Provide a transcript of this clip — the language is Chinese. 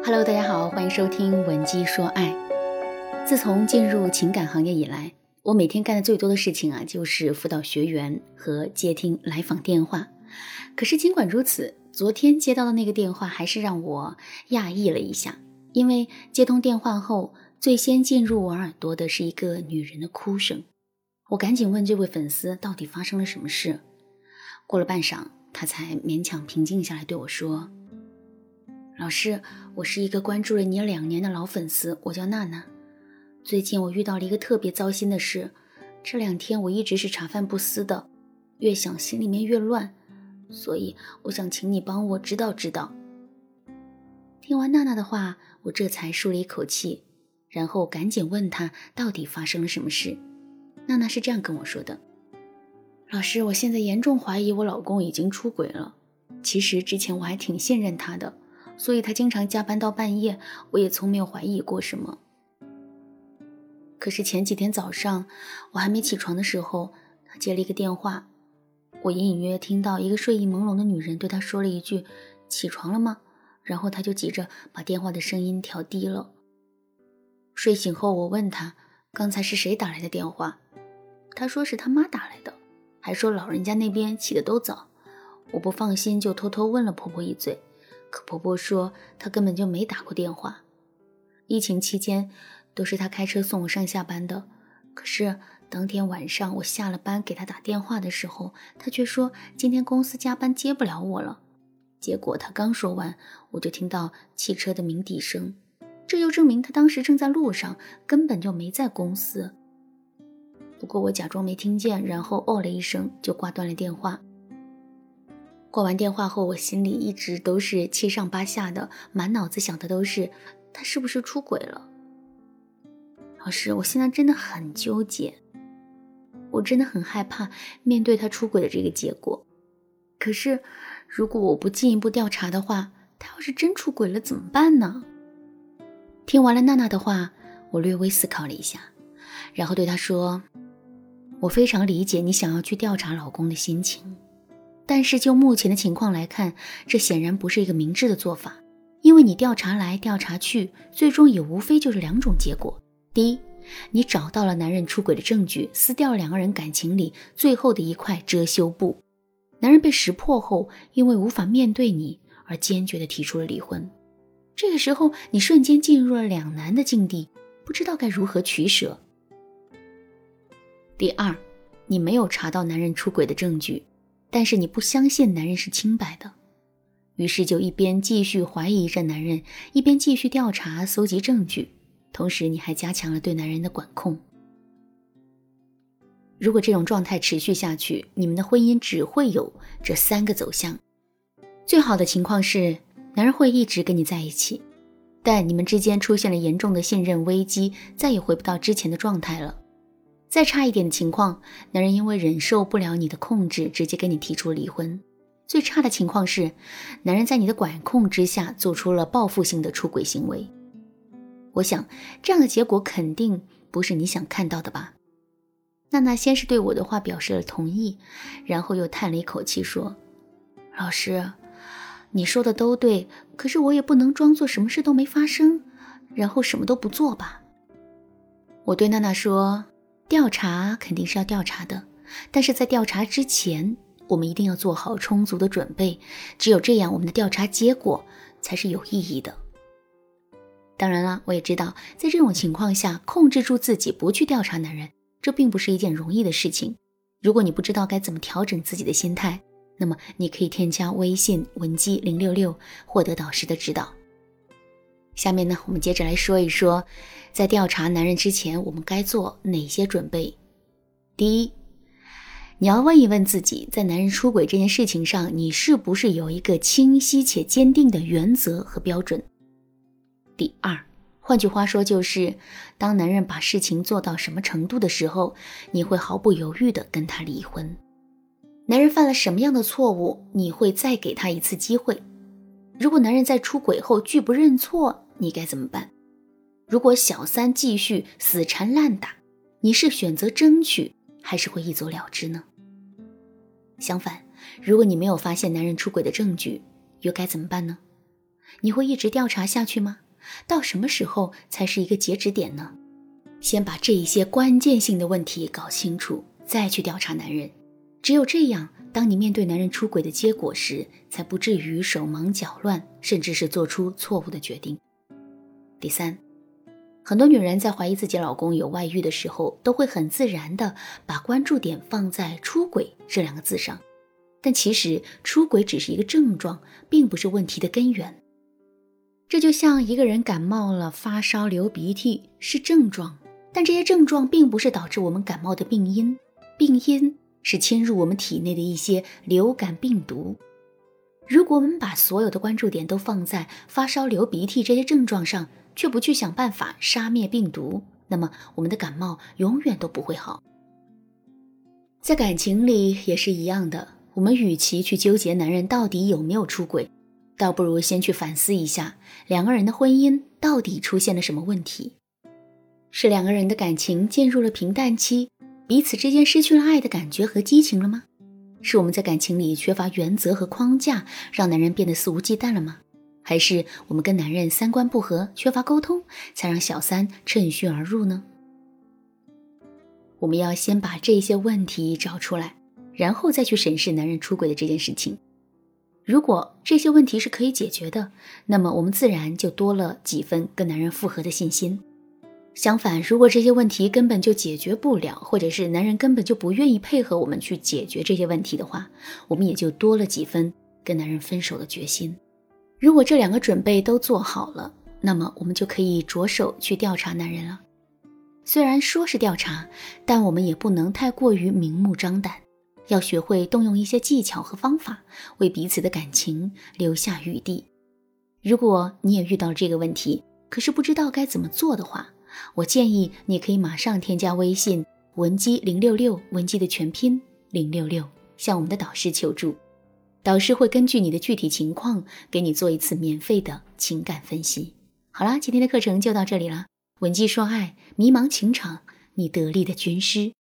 Hello， 大家好，欢迎收听文姬说爱。自从进入情感行业以来，我每天干的最多的事情就是辅导学员和接听来访电话。可是尽管如此，昨天接到的那个电话还是让我讶异了一下，因为接通电话后，最先进入我耳朵的是一个女人的哭声。我赶紧问这位粉丝到底发生了什么事。过了半晌，她才勉强平静下来对我说，老师，我是一个关注了你2年的老粉丝，我叫娜娜。最近我遇到了一个特别糟心的事，这2天我一直是茶饭不思的，越想心里面越乱，所以我想请你帮我指导指导。听完娜娜的话，我这才舒了一口气，然后赶紧问她到底发生了什么事。娜娜是这样跟我说的，老师，我现在严重怀疑我老公已经出轨了。其实之前我还挺信任他的，所以他经常加班到半夜，我也从没有怀疑过什么。可是前几天早上，我还没起床的时候，他接了一个电话，我隐隐约约听到一个睡意朦胧的女人对他说了一句，起床了吗？然后他就急着把电话的声音调低了。睡醒后我问他，刚才是谁打来的电话？他说是他妈打来的，还说老人家那边起得都早。我不放心，就偷偷问了婆婆一嘴，可婆婆说她根本就没打过电话。疫情期间都是她开车送我上下班的，可是当天晚上我下了班给她打电话的时候，她却说今天公司加班接不了我了。结果她刚说完，我就听到汽车的鸣笛声，这就证明她当时正在路上，根本就没在公司。不过我假装没听见，然后哦了一声就挂断了电话。挂完电话后，我心里一直都是七上八下的，满脑子想的都是他是不是出轨了。老师，我现在真的很纠结，我真的很害怕面对他出轨的这个结果。可是如果我不进一步调查的话，他要是真出轨了怎么办呢？听完了娜娜的话，我略微思考了一下，然后对她说，我非常理解你想要去调查老公的心情，但是就目前的情况来看，这显然不是一个明智的做法，因为你调查来调查去，最终也无非就是2种结果。第一，你找到了男人出轨的证据，撕掉了2个人感情里最后的一块遮羞布。男人被识破后，因为无法面对你而坚决地提出了离婚。这个时候你瞬间进入了两难的境地，不知道该如何取舍。第二，你没有查到男人出轨的证据，但是你不相信男人是清白的，于是就一边继续怀疑着男人，一边继续调查搜集证据，同时你还加强了对男人的管控。如果这种状态持续下去，你们的婚姻只会有这3个走向。最好的情况是男人会一直跟你在一起，但你们之间出现了严重的信任危机，再也回不到之前的状态了。再差一点的情况，男人因为忍受不了你的控制，直接跟你提出离婚。最差的情况是，男人在你的管控之下做出了报复性的出轨行为。我想，这样的结果肯定不是你想看到的吧？娜娜先是对我的话表示了同意，然后又叹了一口气说，老师，你说的都对，可是我也不能装作什么事都没发生，然后什么都不做吧。我对娜娜说，调查肯定是要调查的，但是在调查之前，我们一定要做好充足的准备，只有这样，我们的调查结果才是有意义的。当然了，我也知道，在这种情况下，控制住自己不去调查男人，这并不是一件容易的事情。如果你不知道该怎么调整自己的心态，那么你可以添加微信文姬066，获得导师的指导。下面呢，我们接着来说一说，在调查男人之前，我们该做哪些准备。第一，你要问一问自己，在男人出轨这件事情上，你是不是有一个清晰且坚定的原则和标准。第二，换句话说就是，当男人把事情做到什么程度的时候，你会毫不犹豫地跟他离婚。男人犯了什么样的错误，你会再给他一次机会。如果男人在出轨后拒不认错，你该怎么办？如果小三继续死缠烂打，你是选择争取，还是会一走了之呢？相反，如果你没有发现男人出轨的证据，又该怎么办呢？ 你会一直调查下去吗？到什么时候才是一个截止点呢？先把这一些关键性的问题搞清楚，再去调查男人。只有这样，当你面对男人出轨的结果时，才不至于手忙脚乱，甚至是做出错误的决定。第三，很多女人在怀疑自己老公有外遇的时候，都会很自然地把关注点放在出轨这2个字上。但其实出轨只是一个症状，并不是问题的根源。这就像一个人感冒了，发烧、流鼻涕是症状，但这些症状并不是导致我们感冒的病因，病因是侵入我们体内的一些流感病毒。如果我们把所有的关注点都放在发烧、流鼻涕这些症状上，却不去想办法杀灭病毒，那么我们的感冒永远都不会好。在感情里也是一样的，我们与其去纠结男人到底有没有出轨，倒不如先去反思一下2个人的婚姻到底出现了什么问题。是2个人的感情进入了平淡期，彼此之间失去了爱的感觉和激情了吗？是我们在感情里缺乏原则和框架，让男人变得肆无忌惮了吗？还是我们跟男人三观不合，缺乏沟通，才让小三趁虚而入呢？我们要先把这些问题找出来，然后再去审视男人出轨的这件事情。如果这些问题是可以解决的，那么我们自然就多了几分跟男人复合的信心。相反，如果这些问题根本就解决不了，或者是男人根本就不愿意配合我们去解决这些问题的话，我们也就多了几分跟男人分手的决心。如果这2个准备都做好了，那么我们就可以着手去调查男人了。虽然说是调查，但我们也不能太过于明目张胆，要学会动用一些技巧和方法，为彼此的感情留下余地。如果你也遇到这个问题，可是不知道该怎么做的话，我建议你可以马上添加微信文姬066，文姬的全拼066，向我们的导师求助。导师会根据你的具体情况给你做一次免费的情感分析。好啦，今天的课程就到这里了。文姬说爱，迷茫情场，你得力的军师。